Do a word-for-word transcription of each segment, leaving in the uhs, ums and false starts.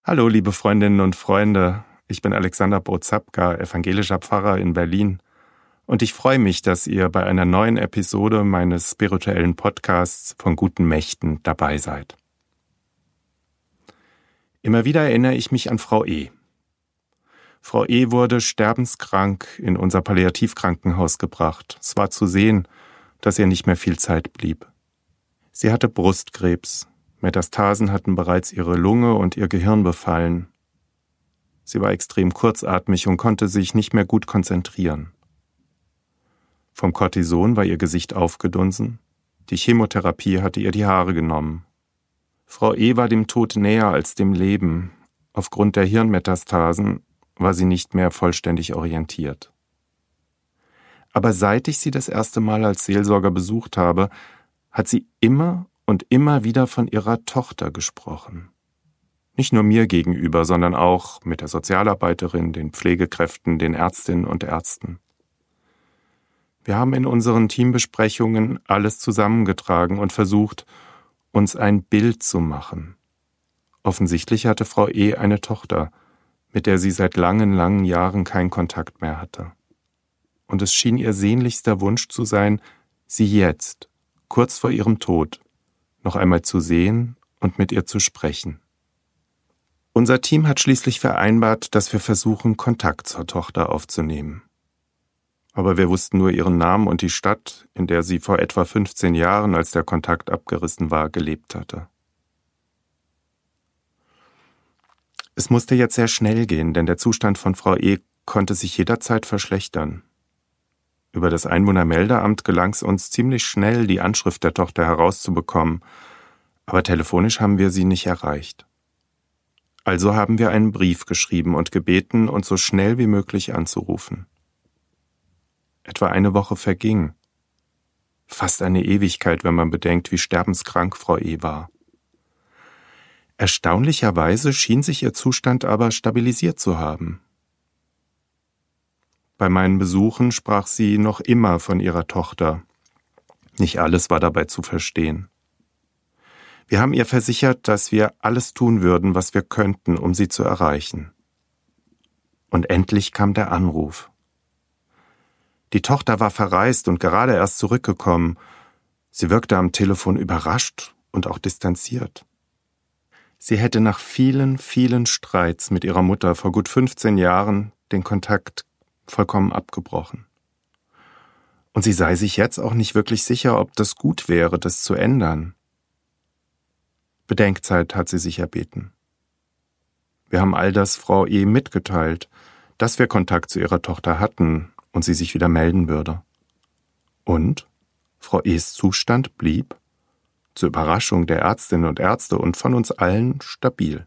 Hallo, liebe Freundinnen und Freunde. Ich bin Alexander Brozapka, evangelischer Pfarrer in Berlin. Und ich freue mich, dass ihr bei einer neuen Episode meines spirituellen Podcasts von guten Mächten dabei seid. Immer wieder erinnere ich mich an Frau E. Frau E. wurde sterbenskrank in unser Palliativkrankenhaus gebracht. Es war zu sehen, dass ihr nicht mehr viel Zeit blieb. Sie hatte Brustkrebs. Metastasen hatten bereits ihre Lunge und ihr Gehirn befallen. Sie war extrem kurzatmig und konnte sich nicht mehr gut konzentrieren. Vom Cortison war ihr Gesicht aufgedunsen. Die Chemotherapie hatte ihr die Haare genommen. Frau E. war dem Tod näher als dem Leben. Aufgrund der Hirnmetastasen war sie nicht mehr vollständig orientiert. Aber seit ich sie das erste Mal als Seelsorger besucht habe, hat sie immer und immer wieder von ihrer Tochter gesprochen. Nicht nur mir gegenüber, sondern auch mit der Sozialarbeiterin, den Pflegekräften, den Ärztinnen und Ärzten. Wir haben in unseren Teambesprechungen alles zusammengetragen und versucht, uns ein Bild zu machen. Offensichtlich hatte Frau E. eine Tochter, mit der sie seit langen, langen Jahren keinen Kontakt mehr hatte. Und es schien ihr sehnlichster Wunsch zu sein, sie jetzt, kurz vor ihrem Tod, noch einmal zu sehen und mit ihr zu sprechen. Unser Team hat schließlich vereinbart, dass wir versuchen, Kontakt zur Tochter aufzunehmen. Aber wir wussten nur ihren Namen und die Stadt, in der sie vor etwa fünfzehn Jahren, als der Kontakt abgerissen war, gelebt hatte. Es musste jetzt sehr schnell gehen, denn der Zustand von Frau E. konnte sich jederzeit verschlechtern. Über das Einwohnermeldeamt gelang es uns ziemlich schnell, die Anschrift der Tochter herauszubekommen, aber telefonisch haben wir sie nicht erreicht. Also haben wir einen Brief geschrieben und gebeten, uns so schnell wie möglich anzurufen. Etwa eine Woche verging. Fast eine Ewigkeit, wenn man bedenkt, wie sterbenskrank Frau E. war. Erstaunlicherweise schien sich ihr Zustand aber stabilisiert zu haben. Bei meinen Besuchen sprach sie noch immer von ihrer Tochter. Nicht alles war dabei zu verstehen. Wir haben ihr versichert, dass wir alles tun würden, was wir könnten, um sie zu erreichen. Und endlich kam der Anruf. Die Tochter war verreist und gerade erst zurückgekommen. Sie wirkte am Telefon überrascht und auch distanziert. Sie hätte nach vielen, vielen Streits mit ihrer Mutter vor gut fünfzehn Jahren den Kontakt vollkommen abgebrochen. Und sie sei sich jetzt auch nicht wirklich sicher, ob das gut wäre, das zu ändern. Bedenkzeit hat sie sich erbeten. Wir haben all das Frau E. mitgeteilt, dass wir Kontakt zu ihrer Tochter hatten und sie sich wieder melden würde. Und Frau E.s Zustand blieb, zur Überraschung der Ärztinnen und Ärzte und von uns allen, stabil.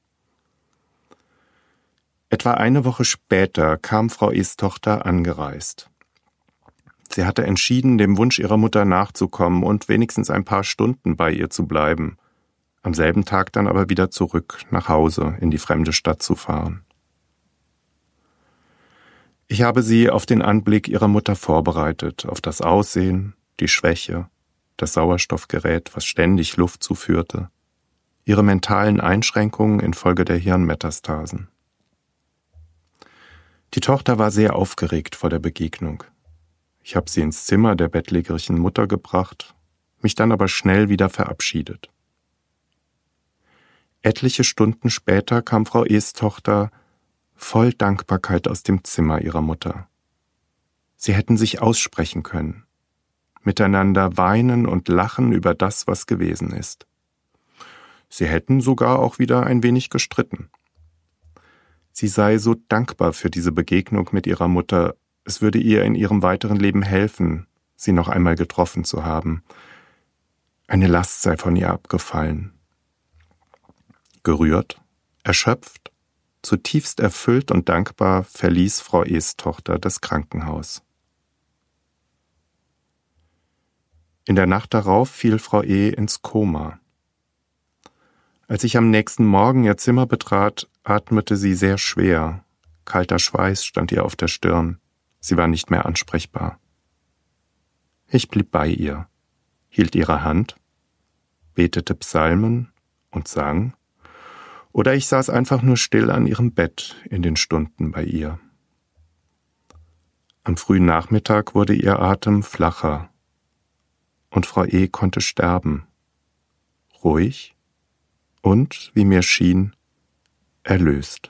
Etwa eine Woche später kam Frau E.s Tochter angereist. Sie hatte entschieden, dem Wunsch ihrer Mutter nachzukommen und wenigstens ein paar Stunden bei ihr zu bleiben, am selben Tag dann aber wieder zurück nach Hause in die fremde Stadt zu fahren. Ich habe sie auf den Anblick ihrer Mutter vorbereitet, auf das Aussehen, die Schwäche, das Sauerstoffgerät, was ständig Luft zuführte, ihre mentalen Einschränkungen infolge der Hirnmetastasen. Die Tochter war sehr aufgeregt vor der Begegnung. Ich habe sie ins Zimmer der bettlägerigen Mutter gebracht, mich dann aber schnell wieder verabschiedet. Etliche Stunden später kam Frau E.s Tochter voll Dankbarkeit aus dem Zimmer ihrer Mutter. Sie hätten sich aussprechen können, miteinander weinen und lachen über das, was gewesen ist. Sie hätten sogar auch wieder ein wenig gestritten. Sie sei so dankbar für diese Begegnung mit ihrer Mutter, es würde ihr in ihrem weiteren Leben helfen, sie noch einmal getroffen zu haben. Eine Last sei von ihr abgefallen. Gerührt, erschöpft, zutiefst erfüllt und dankbar verließ Frau E.s Tochter das Krankenhaus. In der Nacht darauf fiel Frau E. ins Koma. Als ich am nächsten Morgen ihr Zimmer betrat, atmete sie sehr schwer. Kalter Schweiß stand ihr auf der Stirn. Sie war nicht mehr ansprechbar. Ich blieb bei ihr, hielt ihre Hand, betete Psalmen und sang, Oder ich saß einfach nur still an ihrem Bett in den Stunden bei ihr. Am frühen Nachmittag wurde ihr Atem flacher und Frau E. konnte sterben. Ruhig und, wie mir schien, erlöst.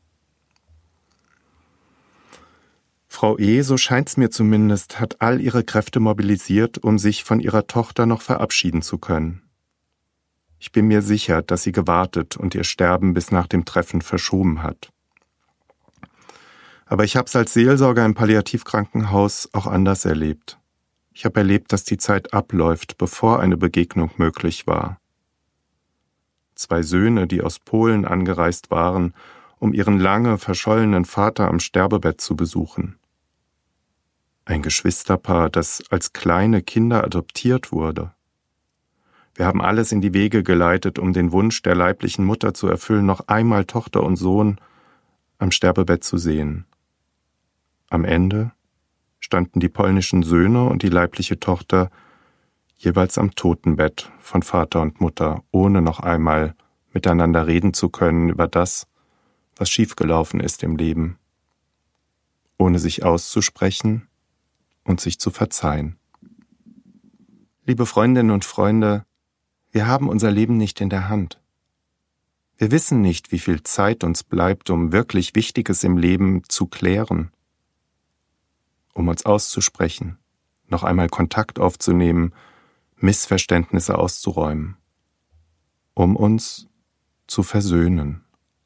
Frau E., so scheint's mir zumindest, hat all ihre Kräfte mobilisiert, um sich von ihrer Tochter noch verabschieden zu können. Ich bin mir sicher, dass sie gewartet und ihr Sterben bis nach dem Treffen verschoben hat. Aber ich habe es als Seelsorger im Palliativkrankenhaus auch anders erlebt. Ich habe erlebt, dass die Zeit abläuft, bevor eine Begegnung möglich war. Zwei Söhne, die aus Polen angereist waren, um ihren lange verschollenen Vater am Sterbebett zu besuchen. Ein Geschwisterpaar, das als kleine Kinder adoptiert wurde. Wir haben alles in die Wege geleitet, um den Wunsch der leiblichen Mutter zu erfüllen, noch einmal Tochter und Sohn am Sterbebett zu sehen. Am Ende standen die polnischen Söhne und die leibliche Tochter jeweils am Totenbett von Vater und Mutter, ohne noch einmal miteinander reden zu können über das, was schiefgelaufen ist im Leben, ohne sich auszusprechen und sich zu verzeihen. Liebe Freundinnen und Freunde, wir haben unser Leben nicht in der Hand. Wir wissen nicht, wie viel Zeit uns bleibt, um wirklich Wichtiges im Leben zu klären, um uns auszusprechen, noch einmal Kontakt aufzunehmen, Missverständnisse auszuräumen, um uns zu versöhnen.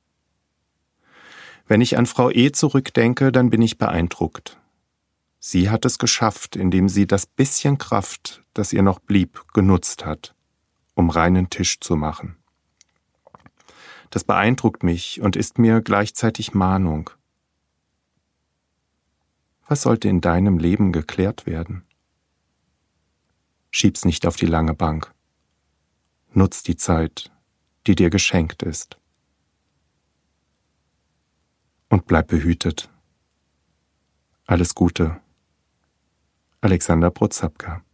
Wenn ich an Frau E. zurückdenke, dann bin ich beeindruckt. Sie hat es geschafft, indem sie das bisschen Kraft, das ihr noch blieb, genutzt hat, um reinen Tisch zu machen. Das beeindruckt mich und ist mir gleichzeitig Mahnung. Was sollte in deinem Leben geklärt werden? Schieb's nicht auf die lange Bank. Nutz die Zeit, die dir geschenkt ist. Und bleib behütet. Alles Gute. Alexander Prozapka.